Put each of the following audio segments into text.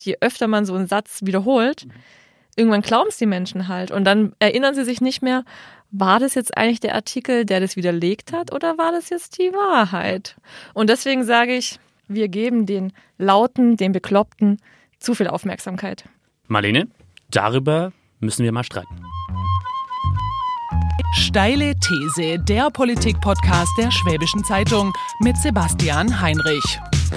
je öfter man so einen Satz wiederholt, irgendwann glauben es die Menschen halt. Und dann erinnern sie sich nicht mehr, war das jetzt eigentlich der Artikel, der das widerlegt hat, oder war das jetzt die Wahrheit? Und deswegen sage ich, wir geben den Lauten, den Bekloppten zu viel Aufmerksamkeit. Marlene, darüber müssen wir mal streiten. Steile These, der Politik-Podcast der Schwäbischen Zeitung mit Sebastian Heinrich.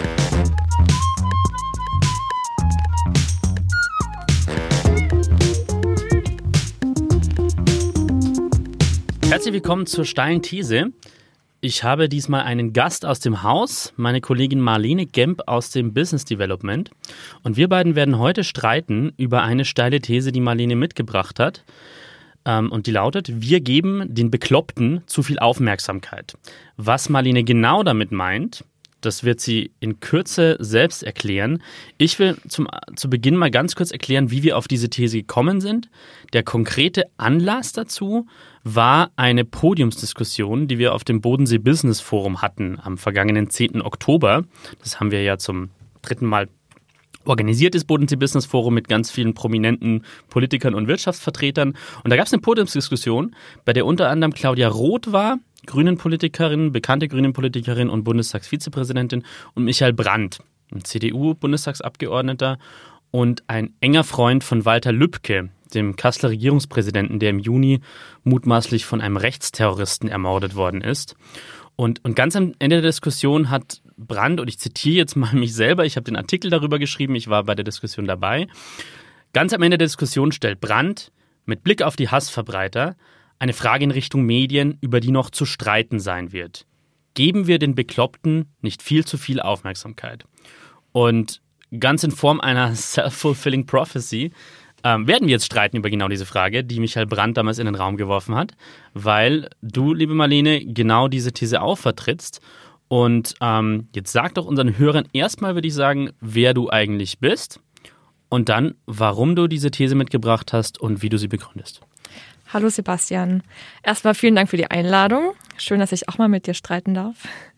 Herzlich willkommen zur steilen These. Ich habe diesmal einen Gast aus dem Haus, meine Kollegin Marlene Gemp aus dem Business Development. Und wir beiden werden heute streiten über eine steile These, die Marlene mitgebracht hat. Und die lautet, wir geben den Bekloppten zu viel Aufmerksamkeit. Was Marlene genau damit meint, das wird sie in Kürze selbst erklären. Ich will zu Beginn mal ganz kurz erklären, wie wir auf diese These gekommen sind. Der konkrete Anlass dazu war eine Podiumsdiskussion, die wir auf dem Bodensee Business Forum hatten am vergangenen 10. Oktober. Das haben wir ja zum 3. Mal organisiert, das Bodensee Business Forum mit ganz vielen prominenten Politikern und Wirtschaftsvertretern. Und da gab es eine Podiumsdiskussion, bei der unter anderem Claudia Roth war, Grünen-Politikerin, bekannte Grünen-Politikerin und Bundestagsvizepräsidentin, und Michael Brandt, ein CDU-Bundestagsabgeordneter und ein enger Freund von Walter Lübcke, dem Kasseler Regierungspräsidenten, der im Juni mutmaßlich von einem Rechtsterroristen ermordet worden ist. Und ganz am Ende der Diskussion hat Brandt, und ich zitiere jetzt mal mich selber, ich habe den Artikel darüber geschrieben, ich war bei der Diskussion dabei, ganz am Ende der Diskussion stellt Brandt mit Blick auf die Hassverbreiter eine Frage in Richtung Medien, über die noch zu streiten sein wird. Geben wir den Bekloppten nicht viel zu viel Aufmerksamkeit? Und ganz in Form einer self-fulfilling prophecy werden wir jetzt streiten über genau diese Frage, die Michael Brandt damals in den Raum geworfen hat, weil du, liebe Marlene, genau diese These auch vertrittst. Und jetzt sag doch unseren Hörern erstmal, würde ich sagen, wer du eigentlich bist und dann, warum du diese These mitgebracht hast und wie du sie begründest. Hallo Sebastian. Erstmal vielen Dank für die Einladung. Schön, dass ich auch mal mit dir streiten darf.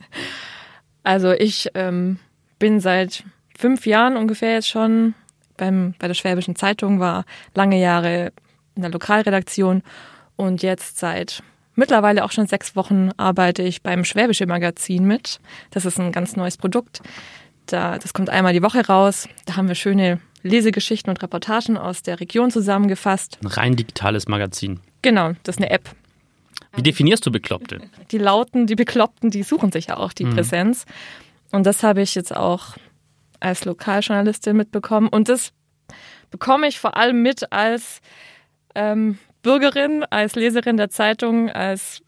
Also ich bin seit 5 Jahren ungefähr jetzt schon bei der Schwäbischen Zeitung, war lange Jahre in der Lokalredaktion und jetzt seit mittlerweile auch schon 6 Wochen arbeite ich beim Schwäbische Magazin mit. Das ist ein ganz neues Produkt. Das kommt einmal die Woche raus. Da haben wir schöne Lesegeschichten und Reportagen aus der Region zusammengefasst. Ein rein digitales Magazin. Genau, das ist eine App. Wie definierst du Bekloppte? Die Lauten, die Bekloppten, die suchen sich ja auch die Präsenz. Und das habe ich jetzt auch als Lokaljournalistin mitbekommen. Und das bekomme ich vor allem mit als Bürgerin, als Leserin der Zeitung, als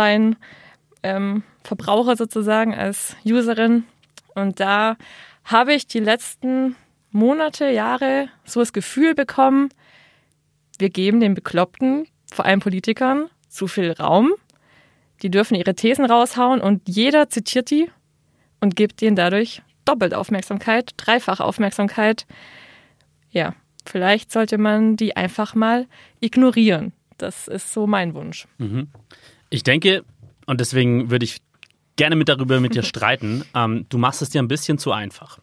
Online-Verbraucher sozusagen, als Userin. Und da habe ich die letzten Monate, Jahre so das Gefühl bekommen, wir geben den Bekloppten, vor allem Politikern, zu viel Raum. Die dürfen ihre Thesen raushauen und jeder zitiert die und gibt denen dadurch doppelt Aufmerksamkeit, dreifach Aufmerksamkeit. Ja, vielleicht sollte man die einfach mal ignorieren. Das ist so mein Wunsch. Ich denke, und deswegen würde ich gerne mit dir streiten, du machst es dir ein bisschen zu einfach.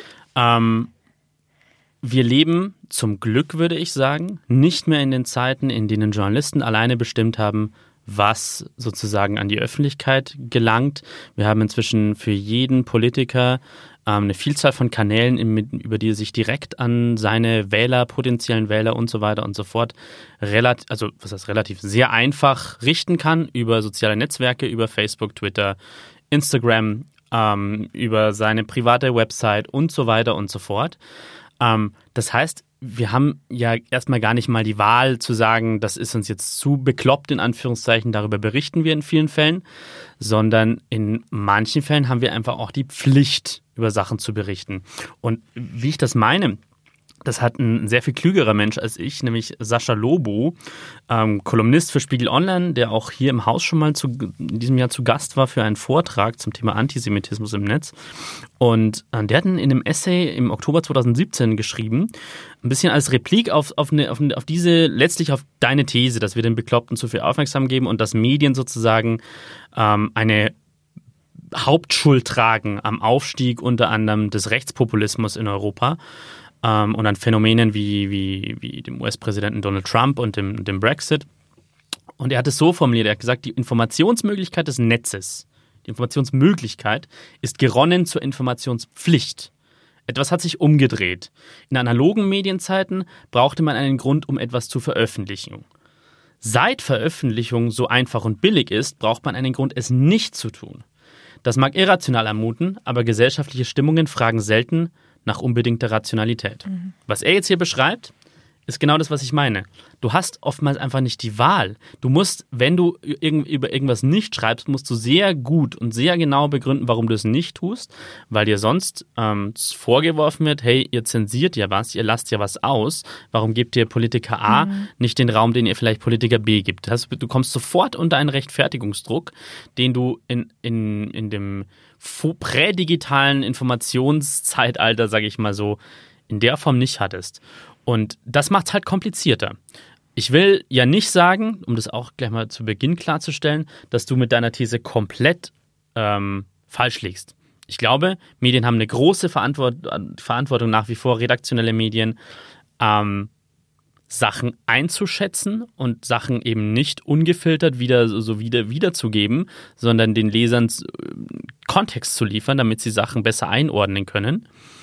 Wir leben zum Glück, würde ich sagen, nicht mehr in den Zeiten, in denen Journalisten alleine bestimmt haben, was sozusagen an die Öffentlichkeit gelangt. Wir haben inzwischen für jeden Politiker eine Vielzahl von Kanälen, über die er sich direkt an seine Wähler, potenziellen Wähler und so weiter und so fort relativ sehr einfach richten kann, über soziale Netzwerke, über Facebook, Twitter, Instagram, über seine private Website und so weiter und so fort. Das heißt, wir haben ja erstmal gar nicht mal die Wahl zu sagen, das ist uns jetzt zu bekloppt, in Anführungszeichen, darüber berichten wir in vielen Fällen, sondern in manchen Fällen haben wir einfach auch die Pflicht, über Sachen zu berichten. Und wie ich das meine, das hat ein sehr viel klügerer Mensch als ich, nämlich Sascha Lobo, Kolumnist für Spiegel Online, der auch hier im Haus schon mal in diesem Jahr zu Gast war für einen Vortrag zum Thema Antisemitismus im Netz. Und der hat in einem Essay im Oktober 2017 geschrieben, ein bisschen als Replik auf deine These, dass wir den Bekloppten zu viel Aufmerksamkeit geben und dass Medien sozusagen eine Hauptschuld tragen am Aufstieg unter anderem des Rechtspopulismus in Europa. und an Phänomenen wie dem US-Präsidenten Donald Trump und dem Brexit. Und er hat es so formuliert, er hat gesagt, die Informationsmöglichkeit des Netzes, die Informationsmöglichkeit ist geronnen zur Informationspflicht. Etwas hat sich umgedreht. In analogen Medienzeiten brauchte man einen Grund, um etwas zu veröffentlichen. Seit Veröffentlichung so einfach und billig ist, braucht man einen Grund, es nicht zu tun. Das mag irrational ermuten, aber gesellschaftliche Stimmungen fragen selten nach unbedingter Rationalität. Was er jetzt hier beschreibt, ist genau das, was ich meine. Du hast oftmals einfach nicht die Wahl. Du musst, wenn du über irgendwas nicht schreibst, musst du sehr gut und sehr genau begründen, warum du es nicht tust, weil dir sonst vorgeworfen wird, hey, ihr zensiert ja was, ihr lasst ja was aus. Warum gebt ihr Politiker A nicht den Raum, den ihr vielleicht Politiker B gibt? Du kommst sofort unter einen Rechtfertigungsdruck, den du in dem prädigitalen Informationszeitalter, sage ich mal so, in der Form nicht hattest. Und das macht es halt komplizierter. Ich will ja nicht sagen, um das auch gleich mal zu Beginn klarzustellen, dass du mit deiner These komplett falsch liegst. Ich glaube, Medien haben eine große Verantwortung nach wie vor, redaktionelle Medien, Sachen einzuschätzen und Sachen eben nicht ungefiltert wiederzugeben, sondern den Lesern Kontext zu liefern, damit sie Sachen besser einordnen können.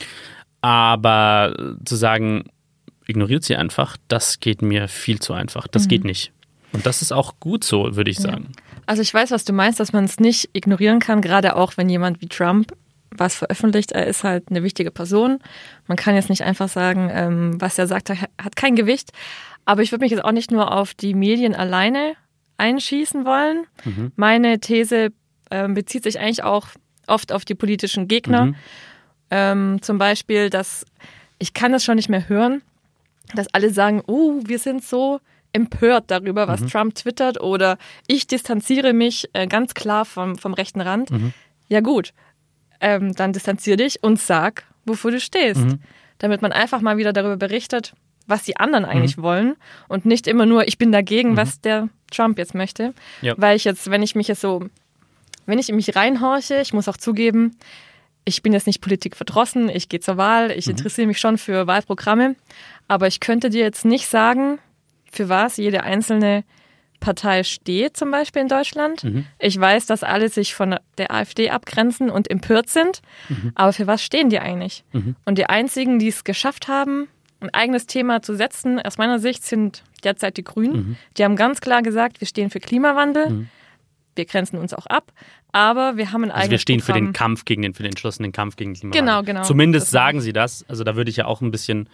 Aber zu sagen, ignoriert sie einfach, das geht mir viel zu einfach. Das geht nicht. Und das ist auch gut so, würde ich sagen. Also ich weiß, was du meinst, dass man es nicht ignorieren kann, gerade auch wenn jemand wie Trump was veröffentlicht. Er ist halt eine wichtige Person. Man kann jetzt nicht einfach sagen, was er sagt, hat kein Gewicht. Aber ich würde mich jetzt auch nicht nur auf die Medien alleine einschießen wollen. Meine These bezieht sich eigentlich auch oft auf die politischen Gegner. Zum Beispiel, dass ich kann es schon nicht mehr hören, dass alle sagen, wir sind so empört darüber, was Trump twittert, oder ich distanziere mich ganz klar vom rechten Rand. Ja gut, dann distanziere dich und sag, wofür du stehst. Damit man einfach mal wieder darüber berichtet, was die anderen eigentlich wollen und nicht immer nur, ich bin dagegen, was der Trump jetzt möchte. Ja. Weil wenn ich in mich reinhorche, ich muss auch zugeben, ich bin jetzt nicht politikverdrossen, ich gehe zur Wahl, ich interessiere mich schon für Wahlprogramme, aber ich könnte dir jetzt nicht sagen, für was jede einzelne Partei steht, zum Beispiel in Deutschland. Ich weiß, dass alle sich von der AfD abgrenzen und empört sind, aber für was stehen die eigentlich? Und die einzigen, die es geschafft haben, ein eigenes Thema zu setzen, aus meiner Sicht, sind derzeit die Grünen. Die haben ganz klar gesagt, wir stehen für Klimawandel. Wir grenzen uns auch ab, aber wir haben ein eigenes Also wir stehen Programm. für den entschlossenen Kampf gegen Klimawandel. Genau. Zumindest sagen sie das. Also da würde ich ja auch ein bisschen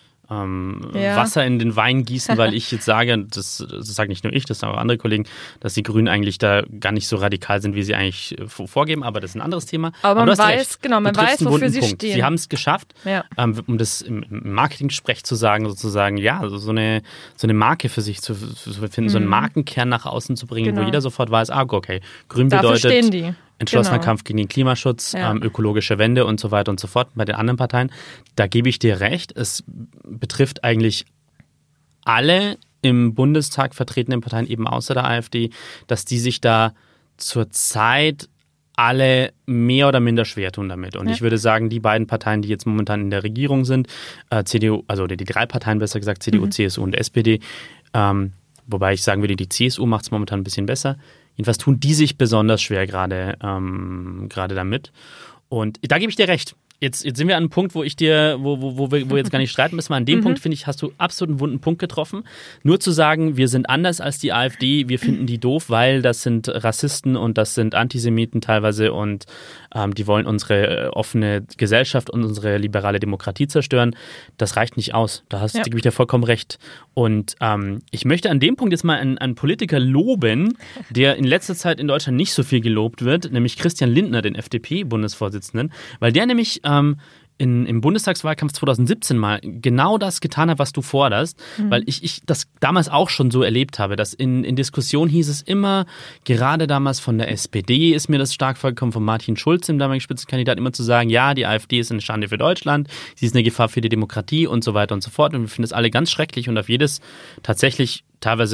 Wasser in den Wein gießen, weil ich jetzt sage, das sage nicht nur ich, das sagen auch andere Kollegen, dass die Grünen eigentlich da gar nicht so radikal sind, wie sie eigentlich vorgeben, aber das ist ein anderes Thema. Aber man weiß, wofür sie stehen. Sie haben es geschafft, um das im Marketing-Sprech zu sagen, sozusagen, ja, also so eine Marke für sich zu finden, so einen Markenkern nach außen zu bringen, wo jeder sofort weiß, okay, Grün bedeutet dafür stehen die. Entschlossener Kampf gegen den Klimaschutz, ökologische Wende und so weiter und so fort. Bei den anderen Parteien, da gebe ich dir recht, es betrifft eigentlich alle im Bundestag vertretenen Parteien, eben außer der AfD, dass die sich da zurzeit alle mehr oder minder schwer tun damit. Und ich würde sagen, die beiden Parteien, die jetzt momentan in der Regierung sind, CDU, also die drei Parteien besser gesagt, CDU, CSU und SPD, wobei ich sagen würde, die CSU macht es momentan ein bisschen besser. Jedenfalls tun die sich besonders schwer gerade damit. Und da gebe ich dir recht. Jetzt sind wir an einem Punkt, wo wir jetzt gar nicht streiten müssen. An dem Punkt, finde ich, hast du absolut einen wunden Punkt getroffen. Nur zu sagen, wir sind anders als die AfD, wir finden die doof, weil das sind Rassisten und das sind Antisemiten teilweise und die wollen unsere offene Gesellschaft und unsere liberale Demokratie zerstören. Das reicht nicht aus. Da gebe ich dir vollkommen recht. Und ich möchte an dem Punkt jetzt mal einen Politiker loben, der in letzter Zeit in Deutschland nicht so viel gelobt wird, nämlich Christian Lindner, den FDP-Bundesvorsitzenden, weil der nämlich im Bundestagswahlkampf 2017 mal genau das getan hat, was du forderst, weil ich das damals auch schon so erlebt habe, dass in Diskussionen hieß es immer, gerade damals von der SPD ist mir das stark vorgekommen, von Martin Schulz, dem damaligen Spitzenkandidat, immer zu sagen, ja, die AfD ist eine Schande für Deutschland, sie ist eine Gefahr für die Demokratie und so weiter und so fort und wir finden das alle ganz schrecklich und auf jedes tatsächlich teilweise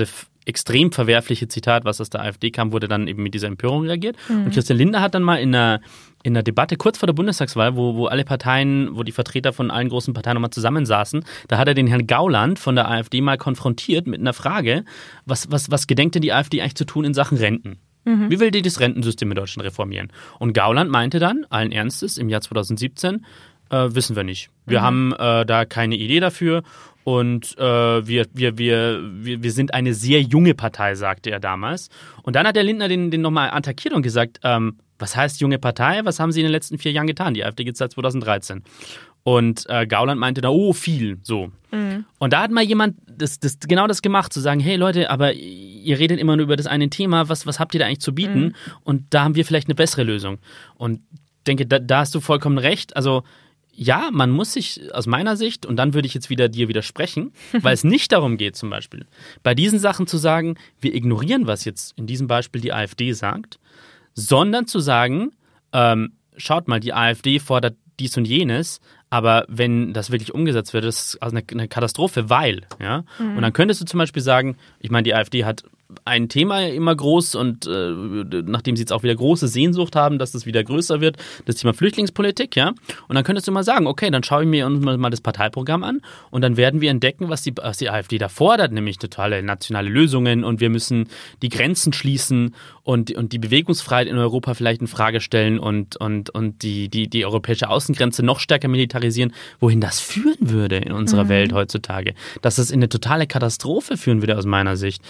extrem verwerfliche Zitat, was aus der AfD kam, wurde dann eben mit dieser Empörung reagiert. Und Christian Lindner hat dann mal in einer Debatte kurz vor der Bundestagswahl, wo alle Parteien, wo die Vertreter von allen großen Parteien nochmal zusammensaßen, da hat er den Herrn Gauland von der AfD mal konfrontiert mit einer Frage, was gedenkt denn die AfD eigentlich zu tun in Sachen Renten? Wie will die das Rentensystem in Deutschland reformieren? Und Gauland meinte dann, allen Ernstes, im Jahr 2017, wissen wir nicht. Wir haben da keine Idee dafür und wir sind eine sehr junge Partei, sagte er damals. Und dann hat der Lindner den nochmal attackiert und gesagt, was heißt junge Partei? Was haben sie in den letzten 4 Jahren getan? Die AfD gibt es seit 2013. Und Gauland meinte da, viel, so. Und da hat mal jemand genau das gemacht, zu sagen, hey Leute, aber ihr redet immer nur über das eine Thema, was habt ihr da eigentlich zu bieten? Und da haben wir vielleicht eine bessere Lösung. Und denke, da hast du vollkommen recht. Also ja, man muss sich aus meiner Sicht, und dann würde ich jetzt wieder dir widersprechen, weil es nicht darum geht zum Beispiel, bei diesen Sachen zu sagen, wir ignorieren, was jetzt in diesem Beispiel die AfD sagt, sondern zu sagen, schaut mal, die AfD fordert dies und jenes, aber wenn das wirklich umgesetzt wird, das ist also eine Katastrophe, weil, ja. Und dann könntest du zum Beispiel sagen, ich meine, die AfD hat ein Thema immer groß und nachdem sie jetzt auch wieder große Sehnsucht haben, dass es wieder größer wird, das Thema Flüchtlingspolitik, ja. Und dann könntest du mal sagen, okay, dann schaue ich mir uns mal das Parteiprogramm an und dann werden wir entdecken, was die AfD da fordert, nämlich totale nationale Lösungen und wir müssen die Grenzen schließen und die Bewegungsfreiheit in Europa vielleicht in Frage stellen und die europäische Außengrenze noch stärker militarisieren, wohin das führen würde in unserer Welt heutzutage. Dass das in eine totale Katastrophe führen würde aus meiner Sicht.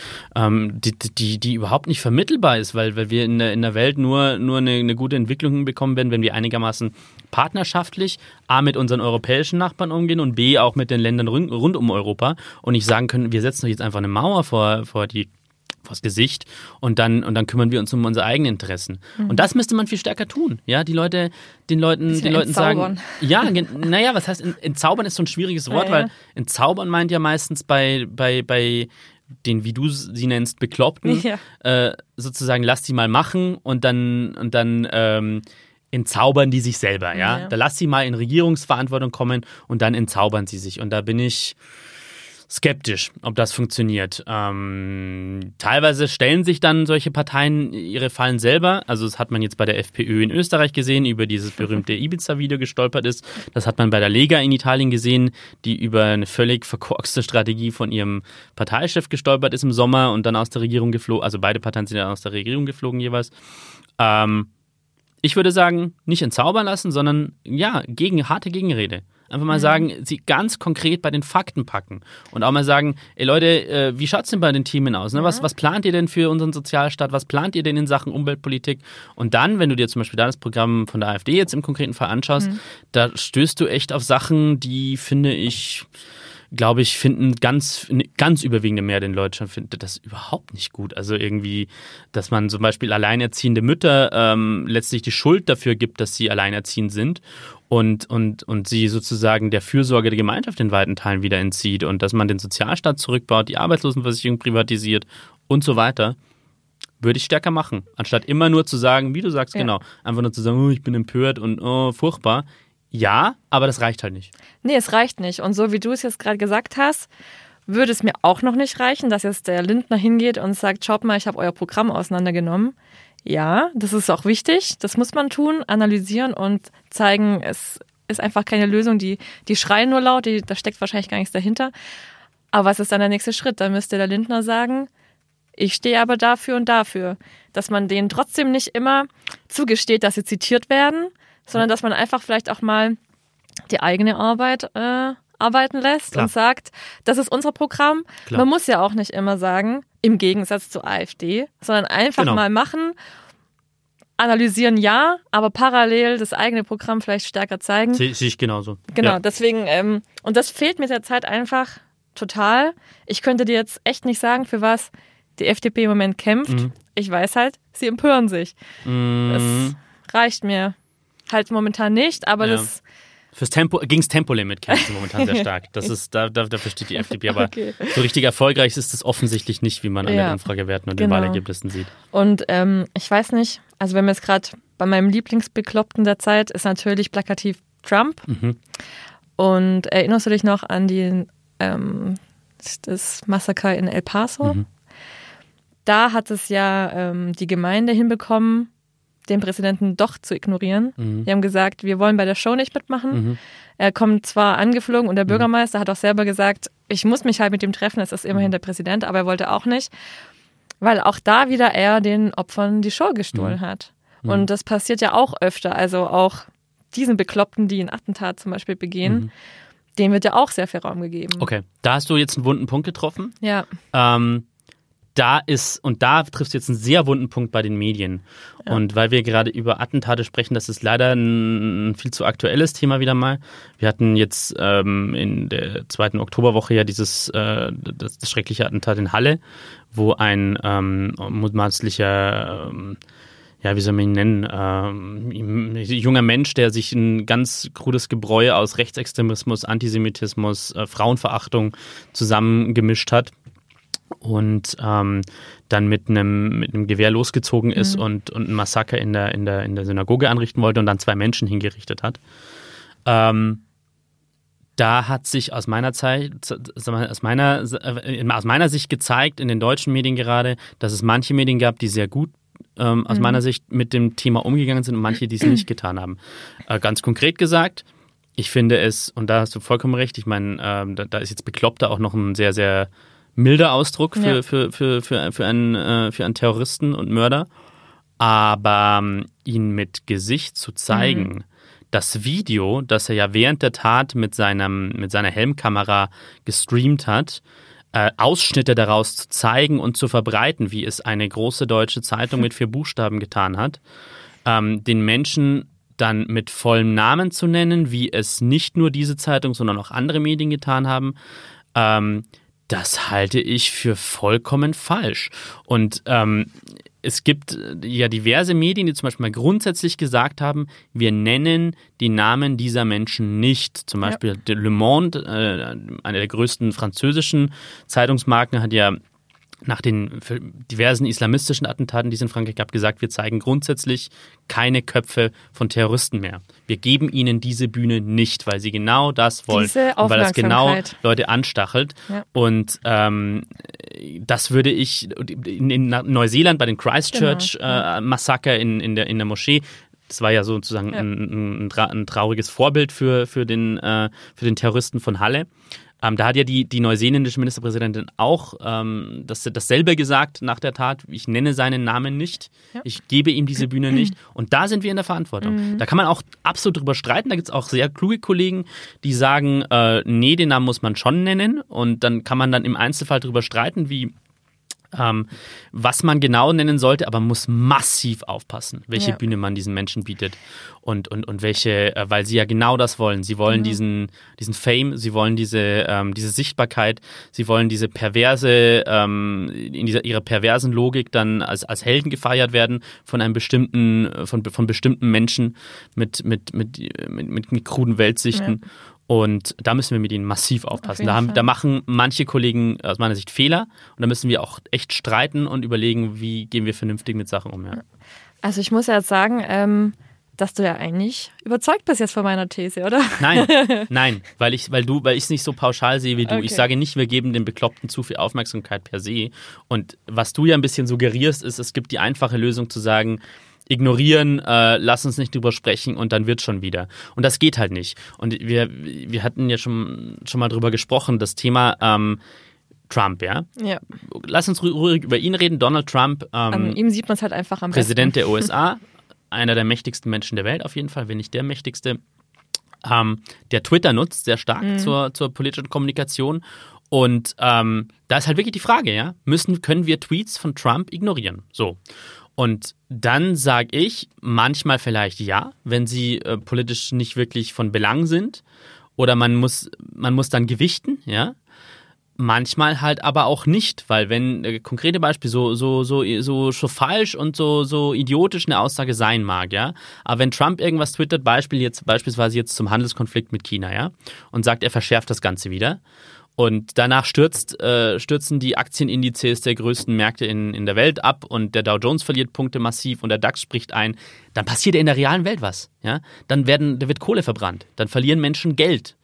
Die überhaupt nicht vermittelbar ist, weil wir in der Welt nur eine gute Entwicklung bekommen werden, wenn wir einigermaßen partnerschaftlich A mit unseren europäischen Nachbarn umgehen und B auch mit den Ländern rund um Europa und nicht sagen können, wir setzen jetzt einfach eine Mauer vors Gesicht und dann kümmern wir uns um unsere eigenen Interessen. Und das müsste man viel stärker tun. Ja, den Leuten sagen, ja, naja, was heißt, entzaubern ist so ein schwieriges Wort, weil entzaubern meint ja meistens bei den, wie du sie nennst, Bekloppten, sozusagen, lass die mal machen und dann entzaubern die sich selber, ja? Da lass sie mal in Regierungsverantwortung kommen und dann entzaubern sie sich. Und da bin ich skeptisch, ob das funktioniert. Teilweise stellen sich dann solche Parteien ihre Fallen selber. Also das hat man jetzt bei der FPÖ in Österreich gesehen, über dieses berühmte Ibiza-Video gestolpert ist. Das hat man bei der Lega in Italien gesehen, die über eine völlig verkorkste Strategie von ihrem Parteichef gestolpert ist im Sommer und dann aus der Regierung geflogen. Also beide Parteien sind dann aus der Regierung geflogen jeweils. Ich würde sagen, nicht entzaubern lassen, sondern ja, harte Gegenrede. Einfach mal sagen, sie ganz konkret bei den Fakten packen. Und auch mal sagen, ey Leute, wie schaut es denn bei den Themen aus? Ne? Was plant ihr denn für unseren Sozialstaat? Was plant ihr denn in Sachen Umweltpolitik? Und dann, wenn du dir zum Beispiel da das Programm von der AfD jetzt im konkreten Fall anschaust, da stößt du echt auf Sachen, die, finde ich, finden ganz überwiegende Mehrheit in Deutschland findet das überhaupt nicht gut. Also irgendwie, dass man zum Beispiel alleinerziehende Mütter letztlich die Schuld dafür gibt, dass sie alleinerziehend sind und sie sozusagen der Fürsorge der Gemeinschaft in weiten Teilen wieder entzieht und dass man den Sozialstaat zurückbaut, die Arbeitslosenversicherung privatisiert und so weiter, würde ich stärker machen. Anstatt immer nur zu sagen, wie du sagst, genau, einfach nur zu sagen, oh, ich bin empört und oh, furchtbar. Ja, aber das reicht halt nicht. Nee, es reicht nicht. Und so wie du es jetzt gerade gesagt hast, würde es mir auch noch nicht reichen, dass jetzt der Lindner hingeht und sagt, schaut mal, ich habe euer Programm auseinandergenommen. Ja, das ist auch wichtig. Das muss man tun, analysieren und zeigen, es ist einfach keine Lösung. Die schreien nur laut, da steckt wahrscheinlich gar nichts dahinter. Aber was ist dann der nächste Schritt? Da müsste der Lindner sagen, ich stehe aber dafür und dafür. Dass man denen trotzdem nicht immer zugesteht, dass sie zitiert werden, sondern dass man einfach vielleicht auch mal die eigene Arbeit arbeiten lässt und sagt, das ist unser Programm. Klar. Man muss ja auch nicht immer sagen, im Gegensatz zur AfD, sondern einfach mal machen, analysieren ja, aber parallel das eigene Programm vielleicht stärker zeigen. Sehe ich genauso. Genau, deswegen, und das fehlt mit der Zeit einfach total. Ich könnte dir jetzt echt nicht sagen, für was die FDP im Moment kämpft. Ich weiß halt, sie empören sich. Das reicht mir halt momentan nicht, aber das... Gegen das Tempolimit kämpft sie momentan sehr stark. Das ist, dafür steht die FDP, aber so richtig erfolgreich ist es offensichtlich nicht, wie man an den Umfragewerten und den Wahlergebnissen sieht. Und ich weiß nicht, also wenn wir jetzt gerade bei meinem Lieblingsbekloppten der Zeit ist natürlich plakativ Trump. Und erinnerst du dich noch an das Massaker in El Paso? da hat es ja die Gemeinde hinbekommen, den Präsidenten doch zu ignorieren. Die haben gesagt, wir wollen bei der Show nicht mitmachen. Er kommt zwar angeflogen und der Bürgermeister hat auch selber gesagt, ich muss mich halt mit ihm treffen, es ist immerhin der Präsident, aber er wollte auch nicht, weil auch da wieder er den Opfern die Show gestohlen hat. Und das passiert ja auch öfter, also auch diesen Bekloppten, die ein Attentat zum Beispiel begehen, denen wird ja auch sehr viel Raum gegeben. Okay, da hast du jetzt einen wunden Punkt getroffen. Ja. Da triffst du jetzt einen sehr wunden Punkt bei den Medien. Ja. Und weil wir gerade über Attentate sprechen, das ist leider ein viel zu aktuelles Thema wieder mal. Wir hatten jetzt in der 2. Oktoberwoche ja das schreckliche Attentat in Halle, wo ein mutmaßlicher, wie soll man ihn nennen, junger Mensch, der sich ein ganz krudes Gebräu aus Rechtsextremismus, Antisemitismus, Frauenverachtung zusammengemischt hat. Und dann mit einem Gewehr losgezogen ist und ein Massaker in der Synagoge anrichten wollte und dann 2 Menschen hingerichtet hat. Da hat sich aus meiner Sicht gezeigt, in den deutschen Medien gerade, dass es manche Medien gab, die sehr gut aus meiner Sicht mit dem Thema umgegangen sind und manche, die es nicht getan haben. Ganz konkret gesagt, ich finde es, und da hast du vollkommen recht, ich meine, da ist jetzt Bekloppter auch noch ein sehr, sehr milder Ausdruck für einen Terroristen und Mörder, aber ihn mit Gesicht zu zeigen, das Video, das er ja während der Tat mit seiner Helmkamera gestreamt hat, Ausschnitte daraus zu zeigen und zu verbreiten, wie es eine große deutsche Zeitung mit 4 Buchstaben getan hat, den Menschen dann mit vollem Namen zu nennen, wie es nicht nur diese Zeitung, sondern auch andere Medien getan haben, das halte ich für vollkommen falsch. Und es gibt ja diverse Medien, die zum Beispiel mal grundsätzlich gesagt haben, wir nennen die Namen dieser Menschen nicht. Zum Beispiel Le Monde, eine der größten französischen Zeitungsmarken, hat ja nach den diversen islamistischen Attentaten, die es in Frankreich gab, gesagt, wir zeigen grundsätzlich keine Köpfe von Terroristen mehr. Wir geben ihnen diese Bühne nicht, weil sie genau das wollen. Und weil das genau Leute anstachelt. Ja. Und das würde ich in Neuseeland bei den Christchurch-Massaker in der Moschee, das war ja sozusagen ein trauriges Vorbild für den Terroristen von Halle. Da hat ja die neuseeländische Ministerpräsidentin auch dasselbe gesagt nach der Tat. Ich nenne seinen Namen nicht. Ja. Ich gebe ihm diese Bühne nicht. Und da sind wir in der Verantwortung. Da kann man auch absolut drüber streiten. Da gibt es auch sehr kluge Kollegen, die sagen, nee, den Namen muss man schon nennen. Und dann kann man dann im Einzelfall drüber streiten, was man genau nennen sollte, aber man muss massiv aufpassen, welche Bühne man diesen Menschen bietet und welche, weil sie ja genau das wollen. Sie wollen diesen Fame, sie wollen diese Sichtbarkeit, sie wollen diese perverse, in ihrer perversen Logik dann als Helden gefeiert werden von einem bestimmten Menschen mit kruden Weltsichten. Ja. Und da müssen wir mit ihnen massiv aufpassen. Da machen manche Kollegen aus meiner Sicht Fehler und da müssen wir auch echt streiten und überlegen, wie gehen wir vernünftig mit Sachen um. Ja. Also ich muss ja jetzt sagen, dass du ja eigentlich überzeugt bist jetzt von meiner These, oder? Nein, weil ich es nicht so pauschal sehe wie du. Okay. Ich sage nicht, wir geben den Bekloppten zu viel Aufmerksamkeit per se. Und was du ja ein bisschen suggerierst, ist, es gibt die einfache Lösung zu sagen, ignorieren, lass uns nicht drüber sprechen und dann wird schon wieder. Und das geht halt nicht. Und wir hatten ja schon mal drüber gesprochen, das Thema Trump, ja? Lass uns ruhig über ihn reden. Donald Trump, an ihm sieht man es halt einfach am besten. Präsident der USA, einer der mächtigsten Menschen der Welt auf jeden Fall, wenn nicht der mächtigste, der Twitter nutzt sehr stark zur politischen Kommunikation. Und da ist halt wirklich die Frage, ja, können wir Tweets von Trump ignorieren? So. Und dann sage ich manchmal vielleicht ja, wenn sie politisch nicht wirklich von Belang sind oder man muss dann gewichten, ja. Manchmal halt aber auch nicht, weil wenn konkrete Beispiel so falsch und so idiotisch eine Aussage sein mag, ja, aber wenn Trump irgendwas twittert, beispielsweise jetzt zum Handelskonflikt mit China, ja, und sagt, er verschärft das Ganze wieder. Und danach stürzen die Aktienindizes der größten Märkte in der Welt ab und der Dow Jones verliert Punkte massiv und der DAX spricht ein. Dann passiert in der realen Welt was. Ja? Da wird Kohle verbrannt. Dann verlieren Menschen Geld.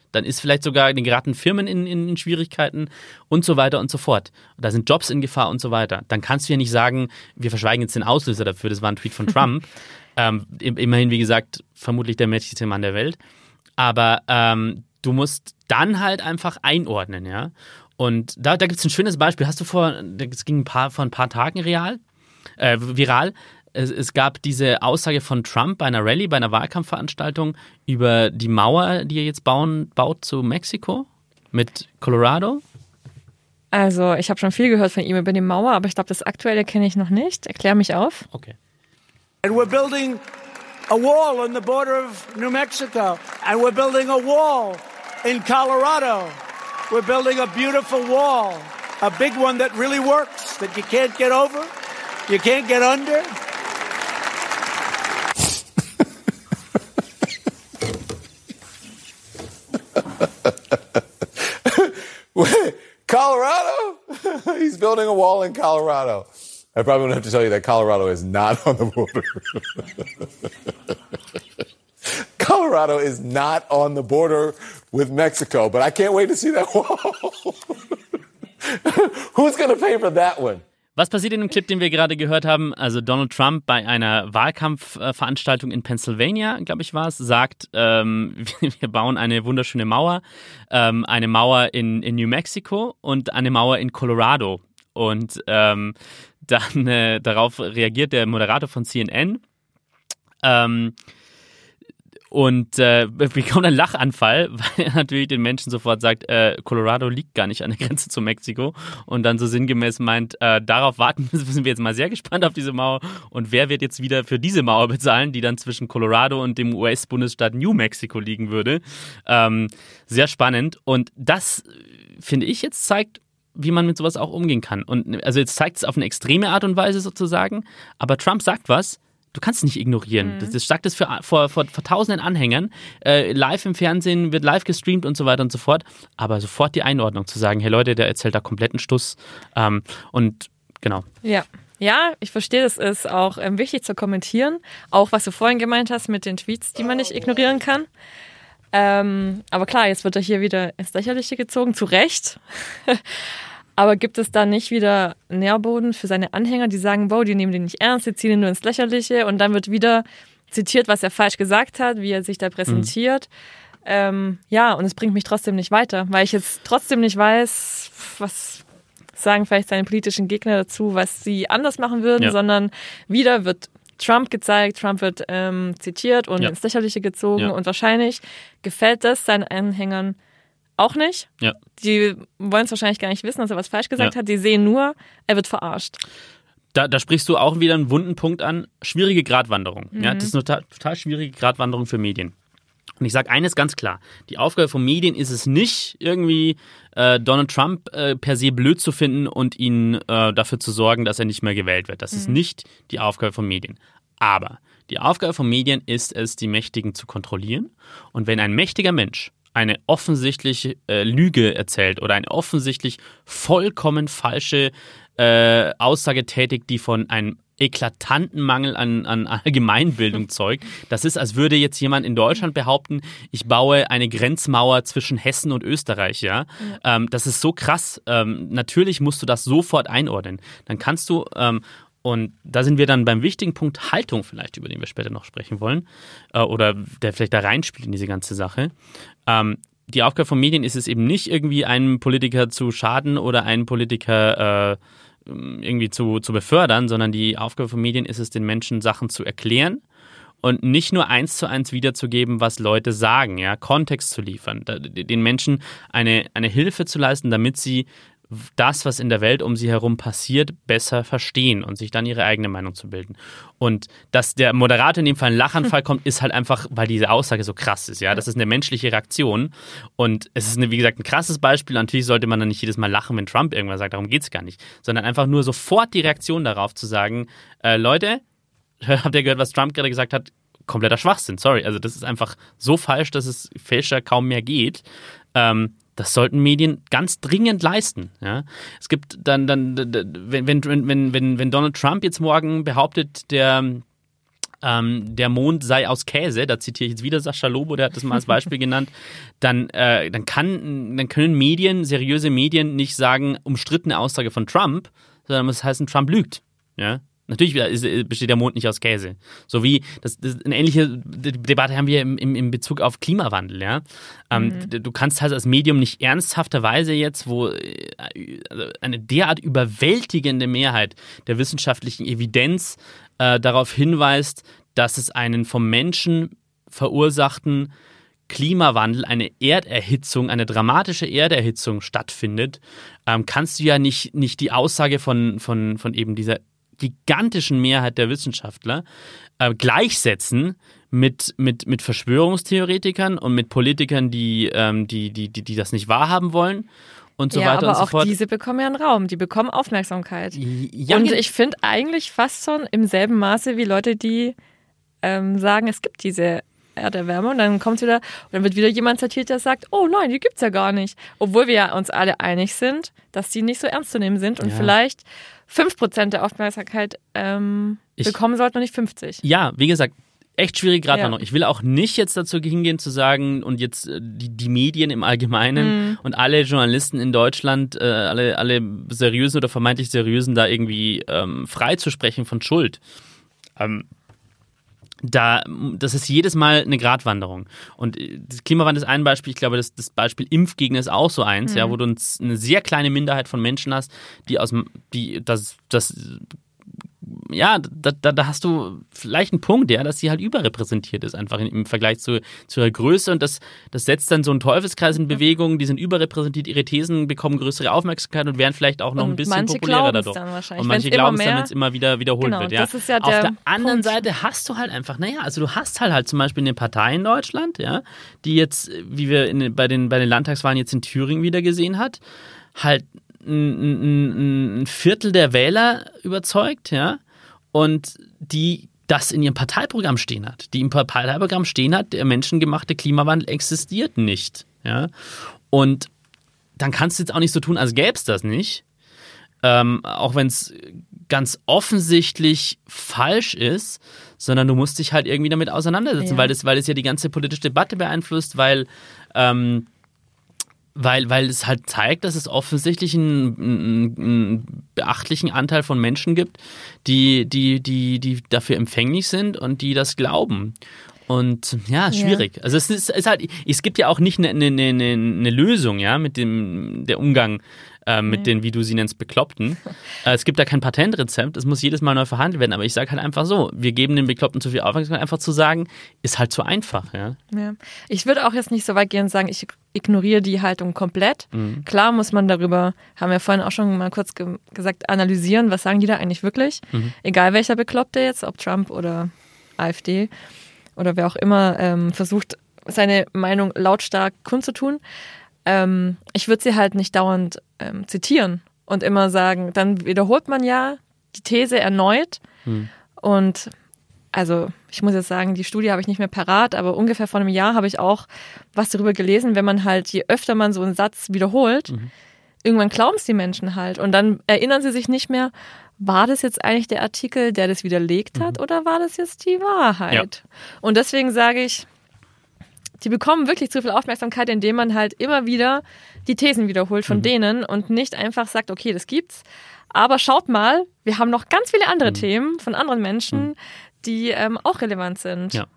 Dann ist vielleicht sogar geraten Firmen in Schwierigkeiten und so weiter und so fort. Da sind Jobs in Gefahr und so weiter. Dann kannst du ja nicht sagen, wir verschweigen jetzt den Auslöser dafür. Das war ein Tweet von Trump. Immerhin, wie gesagt, vermutlich der mächtigste Mann der Welt. Aber du musst dann halt einfach einordnen, ja. Und da gibt es ein schönes Beispiel. Hast du es ging vor ein paar Tagen viral. Es gab diese Aussage von Trump bei einer Rallye, bei einer Wahlkampfveranstaltung über die Mauer, die er jetzt baut zu Mexiko mit Colorado. Also ich habe schon viel gehört von ihm über die Mauer, aber ich glaube, das Aktuelle kenne ich noch nicht. Erklär mich auf. Okay. And we're building a wall on the border of New Mexico. And we're building a wall in Colorado. We're building a beautiful wall. A big one that really works, that you can't get over, you can't get under. Colorado? He's building a wall in Colorado. I probably won't have to tell you that Colorado is not on the border. Colorado is not on the border with Mexico, but I can't wait to see that wall. Who's going to pay for that one? Was passiert in dem Clip, den wir gerade gehört haben? Also Donald Trump bei einer Wahlkampfveranstaltung in Pennsylvania, glaube ich war es, sagt, wir bauen eine wunderschöne Mauer, eine Mauer in New Mexico und eine Mauer in Colorado. Und dann darauf reagiert der Moderator von CNN und bekommt einen Lachanfall, weil er natürlich den Menschen sofort sagt, Colorado liegt gar nicht an der Grenze zu Mexiko und dann so sinngemäß meint, darauf sind wir jetzt mal sehr gespannt auf diese Mauer und wer wird jetzt wieder für diese Mauer bezahlen, die dann zwischen Colorado und dem US-Bundesstaat New Mexico liegen würde. Sehr spannend und das, finde ich, jetzt zeigt, wie man mit sowas auch umgehen kann. Und also jetzt zeigt es auf eine extreme Art und Weise sozusagen, aber Trump sagt was, du kannst es nicht ignorieren. Das sagt es vor tausenden Anhängern, live im Fernsehen, wird live gestreamt und so weiter und so fort, aber sofort die Einordnung zu sagen, hey Leute, der erzählt da kompletten Stuss und genau. Ja, ich verstehe, das ist auch wichtig zu kommentieren, auch was du vorhin gemeint hast mit den Tweets, die man nicht ignorieren kann. Aber klar, jetzt wird er hier wieder ins Lächerliche gezogen, zu Recht. Aber gibt es da nicht wieder Nährboden für seine Anhänger, die sagen, wow, die nehmen den nicht ernst, die ziehen ihn nur ins Lächerliche und dann wird wieder zitiert, was er falsch gesagt hat, wie er sich da präsentiert. Ja, und es bringt mich trotzdem nicht weiter, weil ich jetzt trotzdem nicht weiß, was sagen vielleicht seine politischen Gegner dazu, was sie anders machen würden, sondern wieder wird Trump gezeigt, Trump wird zitiert und ins Lächerliche gezogen und wahrscheinlich gefällt das seinen Anhängern auch nicht. Ja. Die wollen es wahrscheinlich gar nicht wissen, dass er was falsch gesagt hat. Die sehen nur, er wird verarscht. Da sprichst du auch wieder einen wunden Punkt an. Schwierige Gratwanderung. Ja, das ist eine total schwierige Gratwanderung für Medien. Und ich sage eines ganz klar. Die Aufgabe von Medien ist es nicht, irgendwie Donald Trump per se blöd zu finden und ihn dafür zu sorgen, dass er nicht mehr gewählt wird. Das ist nicht die Aufgabe von Medien. Aber die Aufgabe von Medien ist es, die Mächtigen zu kontrollieren. Und wenn ein mächtiger Mensch eine offensichtliche Lüge erzählt oder eine offensichtlich vollkommen falsche Aussage tätigt, die von einem eklatanten Mangel an Allgemeinbildung zeugt. Das ist, als würde jetzt jemand in Deutschland behaupten, ich baue eine Grenzmauer zwischen Hessen und Österreich. Ja? Das ist so krass. Natürlich musst du das sofort einordnen. Dann kannst du und da sind wir dann beim wichtigen Punkt Haltung vielleicht, über den wir später noch sprechen wollen oder der vielleicht da reinspielt in diese ganze Sache. Die Aufgabe von Medien ist es eben nicht, irgendwie einem Politiker zu schaden oder einen Politiker irgendwie zu befördern, sondern die Aufgabe von Medien ist es, den Menschen Sachen zu erklären und nicht nur 1:1 wiederzugeben, was Leute sagen, ja, Kontext zu liefern, den Menschen eine Hilfe zu leisten, damit sie das, was in der Welt um sie herum passiert, besser verstehen und sich dann ihre eigene Meinung zu bilden. Und dass der Moderator in dem Fall ein Lachanfall kommt, ist halt einfach, weil diese Aussage so krass ist. Ja, das ist eine menschliche Reaktion und es ist, wie gesagt, ein krasses Beispiel. Natürlich sollte man dann nicht jedes Mal lachen, wenn Trump irgendwas sagt, darum geht es gar nicht. Sondern einfach nur sofort die Reaktion darauf zu sagen, Leute, habt ihr gehört, was Trump gerade gesagt hat? Kompletter Schwachsinn, sorry. Also das ist einfach so falsch, dass es fälscher kaum mehr geht. Das sollten Medien ganz dringend leisten. Ja? Es gibt dann wenn Donald Trump jetzt morgen behauptet, der der Mond sei aus Käse, da zitiere ich jetzt wieder Sascha Lobo, der hat das mal als Beispiel genannt, dann können Medien, seriöse Medien nicht sagen, umstrittene Aussage von Trump, sondern muss heißen, Trump lügt. Ja? Natürlich besteht der Mond nicht aus Käse. So wie, eine ähnliche Debatte haben wir im Bezug auf Klimawandel. Ja? Du kannst halt als Medium nicht ernsthafterweise jetzt, wo eine derart überwältigende Mehrheit der wissenschaftlichen Evidenz darauf hinweist, dass es einen vom Menschen verursachten Klimawandel, eine Erderhitzung, eine dramatische Erderhitzung stattfindet, kannst du ja nicht die Aussage von eben dieser gigantischen Mehrheit der Wissenschaftler gleichsetzen mit Verschwörungstheoretikern und mit Politikern, die das nicht wahrhaben wollen. Und so weiter und so fort. Aber auch diese bekommen ja einen Raum, die bekommen Aufmerksamkeit. Ja, und ich finde eigentlich fast schon im selben Maße wie Leute, die sagen, es gibt diese Erderwärmung, und dann kommt wieder, und dann wird wieder jemand zitiert, der sagt, oh nein, die gibt's ja gar nicht. Obwohl wir ja uns alle einig sind, dass die nicht so ernst zu nehmen sind und vielleicht 5% der Aufmerksamkeit bekommen sollten und nicht 50. Ja, wie gesagt, echt schwierig gerade noch. Ich will auch nicht jetzt dazu hingehen zu sagen und jetzt die Medien im Allgemeinen und alle Journalisten in Deutschland, alle seriösen oder vermeintlich seriösen da irgendwie frei zu sprechen von Schuld. Das ist jedes Mal eine Gratwanderung. Und das Klimawandel ist ein Beispiel. Ich glaube, das Beispiel Impfgegner ist auch so eins, wo du eine sehr kleine Minderheit von Menschen hast, da hast du vielleicht einen Punkt, dass sie halt überrepräsentiert ist, einfach im Vergleich zu ihrer Größe. Und das setzt dann so einen Teufelskreis in Bewegung. Die sind überrepräsentiert, ihre Thesen bekommen größere Aufmerksamkeit und werden vielleicht auch noch ein bisschen populärer dadurch. Und manche glauben es dann, wenn es immer wieder wiederholt wird. Ja. Das ist ja Auf der anderen Seite hast du halt einfach, du hast halt zum Beispiel eine Partei in Deutschland, ja, die jetzt, wie wir bei den Landtagswahlen jetzt in Thüringen wieder gesehen hat, halt ein Viertel der Wähler überzeugt, ja, und die das in ihrem Parteiprogramm stehen hat. Die im Parteiprogramm stehen hat, der menschengemachte Klimawandel existiert nicht, ja. Und dann kannst du jetzt auch nicht so tun, als gäbe es das nicht, auch wenn es ganz offensichtlich falsch ist, sondern du musst dich halt irgendwie damit auseinandersetzen, weil das ja die ganze politische Debatte beeinflusst, weil es halt zeigt, dass es offensichtlich einen beachtlichen Anteil von Menschen gibt, die dafür empfänglich sind und die das glauben. Und ja, schwierig. Ja. Also es ist halt, es gibt ja auch nicht eine Lösung, ja, mit der Umgang mit den, wie du sie nennst, Bekloppten. Es gibt da kein Patentrezept, es muss jedes Mal neu verhandelt werden, aber ich sage halt einfach so, wir geben den Bekloppten zu viel Aufmerksamkeit, einfach zu sagen, ist halt zu einfach. Ja. Ich würde auch jetzt nicht so weit gehen und sagen, ich ignoriere die Haltung komplett. Klar muss man darüber, haben wir vorhin auch schon mal kurz gesagt, analysieren, was sagen die da eigentlich wirklich? Egal welcher Bekloppte jetzt, ob Trump oder AfD oder wer auch immer versucht, seine Meinung lautstark kundzutun. Ich würde sie halt nicht dauernd zitieren und immer sagen, dann wiederholt man ja die These erneut. Und also ich muss jetzt sagen, die Studie habe ich nicht mehr parat, aber ungefähr vor einem Jahr habe ich auch was darüber gelesen, wenn man halt, je öfter man so einen Satz wiederholt, irgendwann glauben es die Menschen halt. Und dann erinnern sie sich nicht mehr, war das jetzt eigentlich der Artikel, der das widerlegt hat, oder war das jetzt die Wahrheit? Ja. Und deswegen sage ich, die bekommen wirklich zu viel Aufmerksamkeit, indem man halt immer wieder die Thesen wiederholt von denen und nicht einfach sagt, okay, das gibt's. Aber schaut mal, wir haben noch ganz viele andere Themen von anderen Menschen, die auch relevant sind. Ja,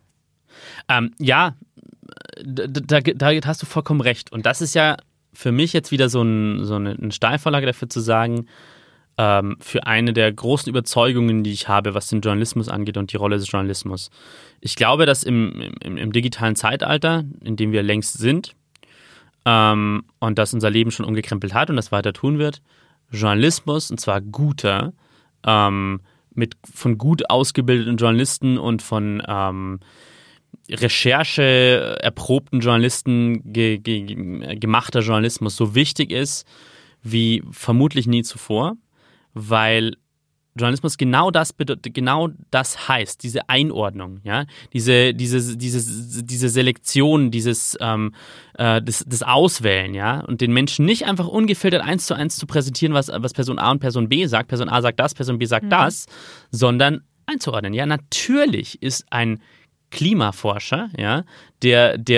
da hast du vollkommen recht. Und das ist ja für mich jetzt wieder so eine Steilvorlage dafür zu sagen, für eine der großen Überzeugungen, die ich habe, was den Journalismus angeht und die Rolle des Journalismus. Ich glaube, dass im digitalen Zeitalter, in dem wir längst sind, und das unser Leben schon umgekrempelt hat und das weiter tun wird, Journalismus, und zwar guter, von gut ausgebildeten Journalisten und von Recherche erprobten Journalisten gemachter Journalismus so wichtig ist wie vermutlich nie zuvor, weil Journalismus genau das heißt, diese Einordnung, ja, diese Selektion, das Auswählen, ja, und den Menschen nicht einfach ungefiltert 1:1 zu präsentieren, was Person A und Person B sagt. Person A sagt das, Person B sagt das, sondern einzuordnen. Ja, natürlich ist ein Klimaforscher, ja, der die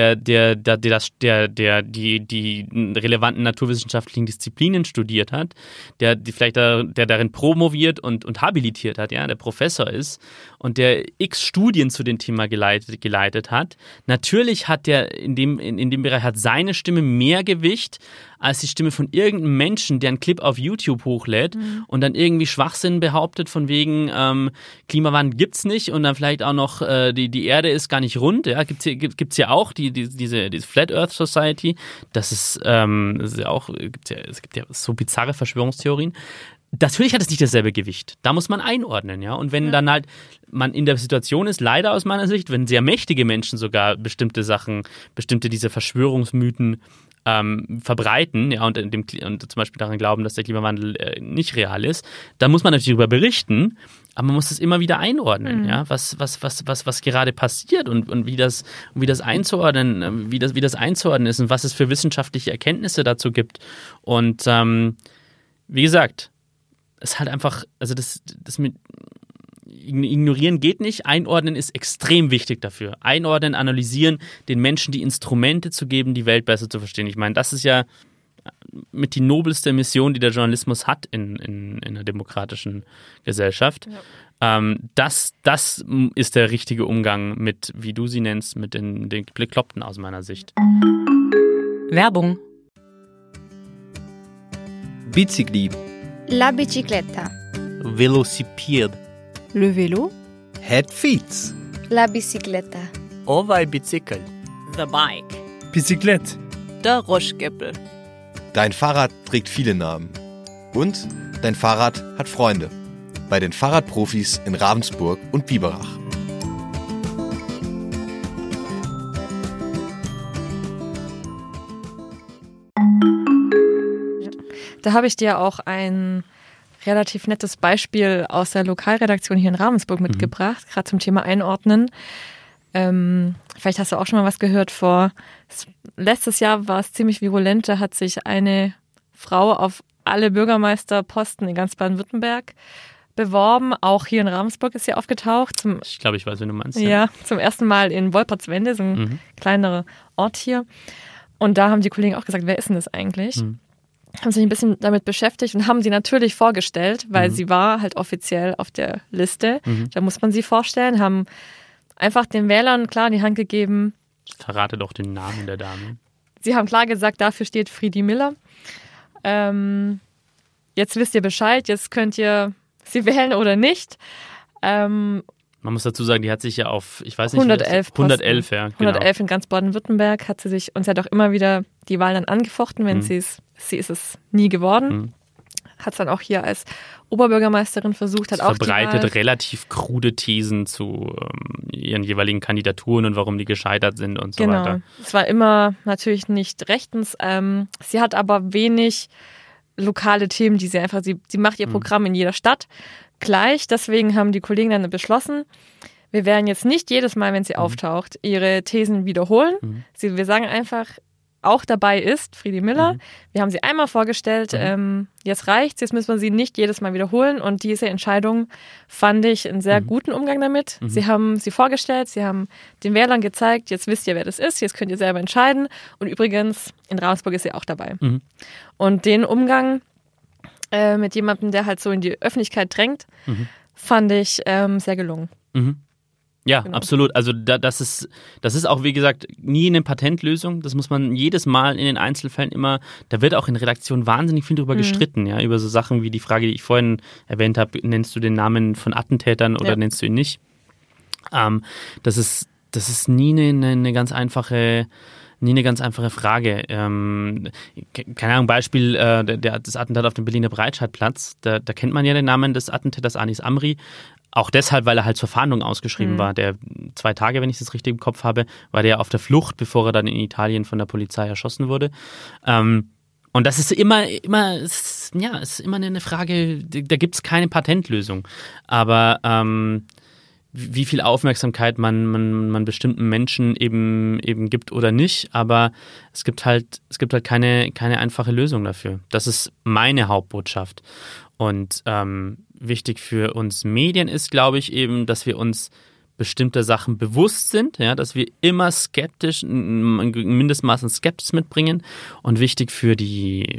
relevanten naturwissenschaftlichen Disziplinen studiert hat, der darin promoviert und habilitiert hat, ja, der Professor ist und der x Studien zu dem Thema geleitet hat. Natürlich hat der in dem Bereich hat seine Stimme mehr Gewicht als die Stimme von irgendeinem Menschen, der einen Clip auf YouTube hochlädt und dann irgendwie Schwachsinn behauptet von wegen Klimawandel gibt's nicht und dann vielleicht auch noch die Erde ist gar nicht rund. Ja, gibt's ja auch diese Flat Earth Society. Das ist ja auch es gibt ja so bizarre Verschwörungstheorien. Natürlich hat es nicht dasselbe Gewicht. Da muss man einordnen, ja. Und wenn dann halt man in der Situation ist, leider aus meiner Sicht, wenn sehr mächtige Menschen sogar bestimmte diese Verschwörungsmythen verbreiten, ja, und zum Beispiel daran glauben, dass der Klimawandel nicht real ist, dann muss man natürlich darüber berichten, aber man muss es immer wieder einordnen, ja, was gerade passiert und wie das einzuordnen, wie das einzuordnen ist und was es für wissenschaftliche Erkenntnisse dazu gibt. Und wie gesagt, es halt einfach, also das mit ignorieren geht nicht, einordnen ist extrem wichtig dafür. Einordnen, analysieren, den Menschen die Instrumente zu geben, die Welt besser zu verstehen. Ich meine, das ist ja mit die nobelste Mission, die der Journalismus hat in einer demokratischen Gesellschaft. Ja. Das ist der richtige Umgang mit, wie du sie nennst, mit den Bekloppten aus meiner Sicht. Werbung. Bicicli. La bicicletta. Velocipede. Le vélo. Het fiets. La bicicletta. Ovaj bicycle. The bike. Bicyclette. Der Roschgeppel. Dein Fahrrad trägt viele Namen. Und dein Fahrrad hat Freunde. Bei den Fahrradprofis in Ravensburg und Biberach. Da habe ich dir auch ein relativ nettes Beispiel aus der Lokalredaktion hier in Ravensburg mitgebracht, gerade zum Thema Einordnen. Vielleicht hast du auch schon mal was gehört letztes Jahr war es ziemlich virulent, da hat sich eine Frau auf alle Bürgermeisterposten in ganz Baden-Württemberg beworben. Auch hier in Ravensburg ist sie aufgetaucht. Ich glaube, ich weiß, wen du meinst. Ja, zum ersten Mal in Wolpertswende, so ein kleinerer Ort hier. Und da haben die Kollegen auch gesagt, wer ist denn das eigentlich? Haben sich ein bisschen damit beschäftigt und haben sie natürlich vorgestellt, weil sie war halt offiziell auf der Liste. Da muss man sie vorstellen, haben einfach den Wählern klar in die Hand gegeben. Verrate doch den Namen der Dame. Sie haben klar gesagt, dafür steht Friedi Miller. Jetzt wisst ihr Bescheid, jetzt könnt ihr sie wählen oder nicht. Man muss dazu sagen, die hat sich ja auf, ich weiß nicht, 111, ja. Genau. 111 in ganz Baden-Württemberg hat sie sich, und sie hat auch immer wieder die Wahl dann angefochten, wenn sie ist es nie geworden. Hat es dann auch hier als Oberbürgermeisterin versucht, hat auch verbreitet relativ krude Thesen zu ihren jeweiligen Kandidaturen und warum die gescheitert sind und so weiter. Es war immer natürlich nicht rechtens. Sie hat aber wenig lokale Themen, die sie macht ihr Programm in jeder Stadt gleich. Deswegen haben die Kollegen dann beschlossen, wir werden jetzt nicht jedes Mal, wenn sie auftaucht, ihre Thesen wiederholen. Wir sagen einfach, auch dabei ist Friedi Miller. Wir haben sie einmal vorgestellt, jetzt reicht's, jetzt müssen wir sie nicht jedes Mal wiederholen. Und diese Entscheidung fand ich einen sehr guten Umgang damit. Sie haben sie vorgestellt, sie haben den Wählern gezeigt, jetzt wisst ihr, wer das ist, jetzt könnt ihr selber entscheiden. Und übrigens, in Ravensburg ist sie auch dabei. Und den Umgang mit jemandem, der halt so in die Öffentlichkeit drängt, fand ich sehr gelungen. Ja, genau. Absolut. Also das ist auch, wie gesagt, nie eine Patentlösung. Das muss man jedes Mal in den Einzelfällen immer, da wird auch in Redaktionen wahnsinnig viel drüber gestritten, ja, über so Sachen wie die Frage, die ich vorhin erwähnt habe, nennst du den Namen von Attentätern oder nennst du ihn nicht? Das ist nie eine ganz einfache Frage. Keine Ahnung, Beispiel, das Attentat auf dem Berliner Breitscheidplatz, da kennt man ja den Namen des Attentäters Anis Amri. Auch deshalb, weil er halt zur Fahndung ausgeschrieben war. Der 2 Tage, wenn ich das richtig im Kopf habe, war der auf der Flucht, bevor er dann in Italien von der Polizei erschossen wurde. Und das ist immer eine Frage, da gibt es keine Patentlösung. Aber wie viel Aufmerksamkeit man bestimmten Menschen eben gibt oder nicht, aber es gibt halt keine einfache Lösung dafür. Das ist meine Hauptbotschaft. Und wichtig für uns Medien ist, glaube ich, eben, dass wir uns bestimmter Sachen bewusst sind, ja, dass wir immer skeptisch, ein Mindestmaß an Skepsis mitbringen, und wichtig für die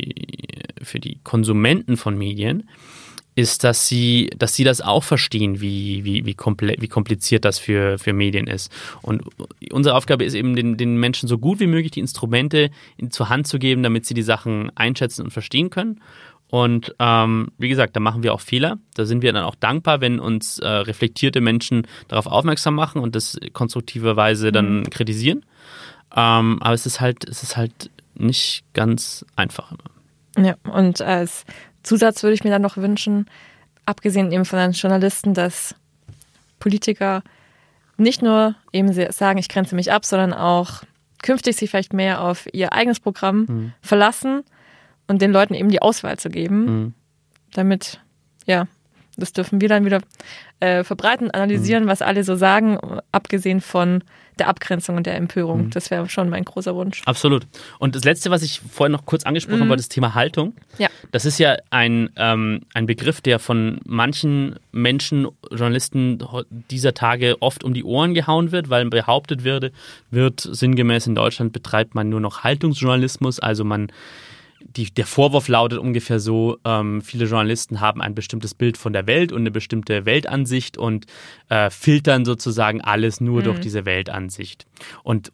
Konsumenten von Medien ist, dass sie das auch verstehen, wie kompliziert das für Medien ist. Und unsere Aufgabe ist eben, den Menschen so gut wie möglich die Instrumente zur Hand zu geben, damit sie die Sachen einschätzen und verstehen können. Und wie gesagt, da machen wir auch Fehler. Da sind wir dann auch dankbar, wenn uns reflektierte Menschen darauf aufmerksam machen und das konstruktiverweise dann kritisieren. Aber es ist halt nicht ganz einfach immer. Ja, und als Zusatz würde ich mir dann noch wünschen, abgesehen eben von den Journalisten, dass Politiker nicht nur eben sagen, ich grenze mich ab, sondern auch künftig sich vielleicht mehr auf ihr eigenes Programm verlassen und den Leuten eben die Auswahl zu geben, damit, ja, das dürfen wir dann wieder verbreiten, analysieren, was alle so sagen, abgesehen von der Abgrenzung und der Empörung. Das wäre schon mein großer Wunsch. Absolut. Und das Letzte, was ich vorhin noch kurz angesprochen habe, war das Thema Haltung. Ja. Das ist ja ein Begriff, der von manchen Menschen, Journalisten dieser Tage oft um die Ohren gehauen wird, weil behauptet wird sinngemäß, in Deutschland betreibt man nur noch Haltungsjournalismus, also der Vorwurf lautet ungefähr so, viele Journalisten haben ein bestimmtes Bild von der Welt und eine bestimmte Weltansicht und filtern sozusagen alles nur durch diese Weltansicht und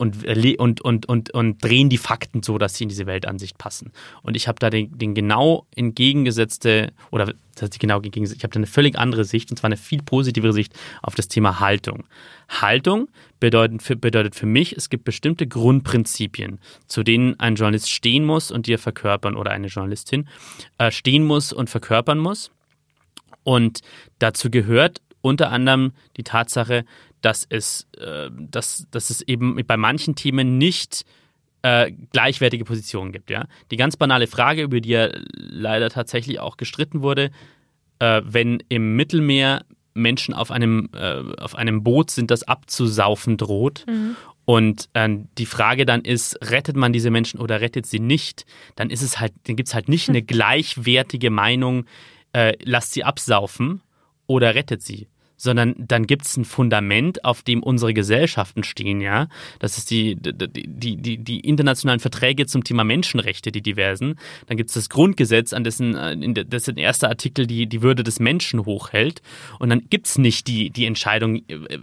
drehen die Fakten so, dass sie in diese Weltansicht passen. Und ich habe da den genau entgegengesetzte, oder das heißt genau entgegengesetzt, ich habe da eine völlig andere Sicht, und zwar eine viel positivere Sicht auf das Thema Haltung. Haltung bedeutet für mich, es gibt bestimmte Grundprinzipien, zu denen ein Journalist stehen muss und die er verkörpern, oder eine Journalistin stehen muss und verkörpern muss. Und dazu gehört unter anderem die Tatsache, dass es eben bei manchen Themen nicht gleichwertige Positionen gibt. Ja? Die ganz banale Frage, über die ja leider tatsächlich auch gestritten wurde, wenn im Mittelmeer Menschen auf einem Boot sind, das abzusaufen droht. Und die Frage dann ist, rettet man diese Menschen oder rettet sie nicht? Dann gibt es halt nicht eine gleichwertige Meinung, lasst sie absaufen oder rettet sie. Sondern dann gibt es ein Fundament, auf dem unsere Gesellschaften stehen, ja. Das ist die internationalen Verträge zum Thema Menschenrechte, die diversen. Dann gibt es das Grundgesetz, an dessen erster Artikel die Würde des Menschen hochhält. Und dann gibt es nicht die Entscheidung,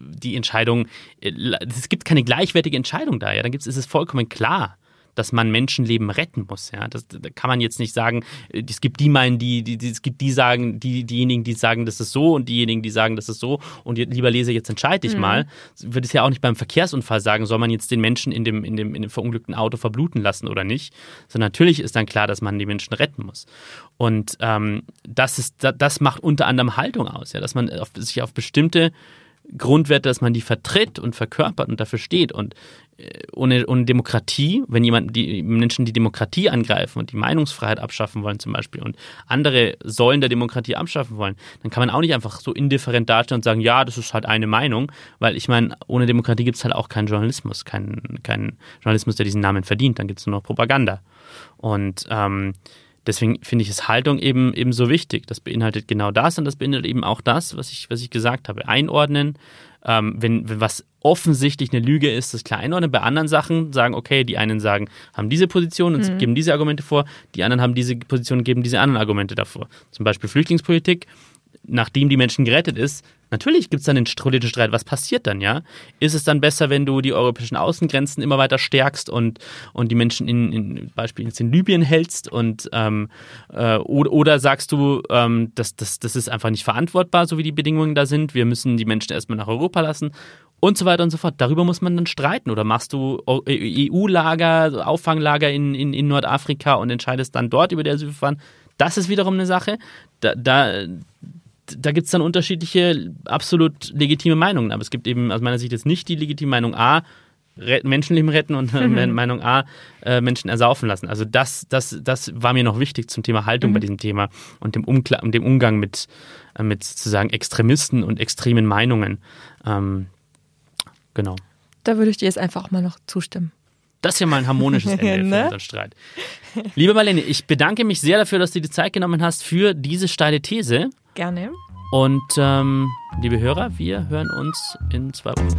es gibt keine gleichwertige Entscheidung da, ja. Dann ist es vollkommen klar, dass man Menschenleben retten muss. Ja, da kann man jetzt nicht sagen, es gibt diejenigen, die sagen, das ist so, und diejenigen, die sagen, das ist so, und lieber Leser, jetzt entscheide ich mal. Würde es ja auch nicht beim Verkehrsunfall sagen, soll man jetzt den Menschen in dem verunglückten Auto verbluten lassen oder nicht. Sondern natürlich ist dann klar, dass man die Menschen retten muss. Und das macht unter anderem Haltung aus, ja, dass man sich auf bestimmte Grundwerte, dass man die vertritt und verkörpert und dafür steht. Und ohne Demokratie, wenn die Menschen die Demokratie angreifen und die Meinungsfreiheit abschaffen wollen zum Beispiel und andere Säulen der Demokratie abschaffen wollen, dann kann man auch nicht einfach so indifferent dastehen und sagen, ja, das ist halt eine Meinung, weil ich meine, ohne Demokratie gibt es halt auch keinen Journalismus, keinen Journalismus, der diesen Namen verdient, dann gibt es nur noch Propaganda. Und deswegen finde ich es Haltung eben so wichtig. Das beinhaltet genau das, und das beinhaltet eben auch das, was ich gesagt habe. Einordnen, wenn was offensichtlich eine Lüge ist, das klar einordnen. Bei anderen Sachen sagen, okay, die einen haben diese Position und geben diese Argumente vor, die anderen haben diese Position und geben diese anderen Argumente davor. Zum Beispiel Flüchtlingspolitik. Nachdem die Menschen gerettet ist, natürlich gibt es dann den politischen Streit. Was passiert dann, ja? Ist es dann besser, wenn du die europäischen Außengrenzen immer weiter stärkst und die Menschen in Libyen hältst oder sagst du, das ist einfach nicht verantwortbar, so wie die Bedingungen da sind. Wir müssen die Menschen erstmal nach Europa lassen und so weiter und so fort. Darüber muss man dann streiten. Oder machst du EU-Lager, Auffanglager in Nordafrika und entscheidest dann dort über die Asylverfahren? Das ist wiederum eine Sache. Da gibt es dann unterschiedliche, absolut legitime Meinungen. Aber es gibt eben aus meiner Sicht jetzt nicht die legitime Meinung A, Menschenleben retten, und Meinung A, Menschen ersaufen lassen. Also das war mir noch wichtig zum Thema Haltung bei diesem Thema und dem Umgang mit sozusagen Extremisten und extremen Meinungen. Genau. Da würde ich dir jetzt einfach auch mal noch zustimmen. Das ist ja mal ein harmonisches Ende für unseren Streit. Liebe Marlene, ich bedanke mich sehr dafür, dass du dir die Zeit genommen hast für diese steile These. Gerne. Und liebe Hörer, wir hören uns in 2 Wochen.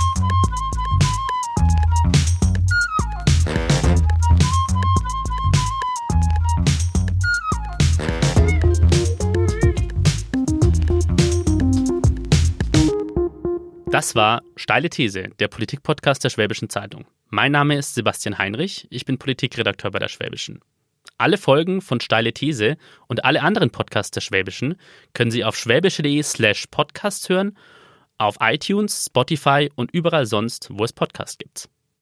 Das war Steile These, der Politik-Podcast der Schwäbischen Zeitung. Mein Name ist Sebastian Heinrich, ich bin Politikredakteur bei der Schwäbischen. Alle Folgen von Steile These und alle anderen Podcasts der Schwäbischen können Sie auf schwäbische.de/podcast hören, auf iTunes, Spotify und überall sonst, wo es Podcasts gibt.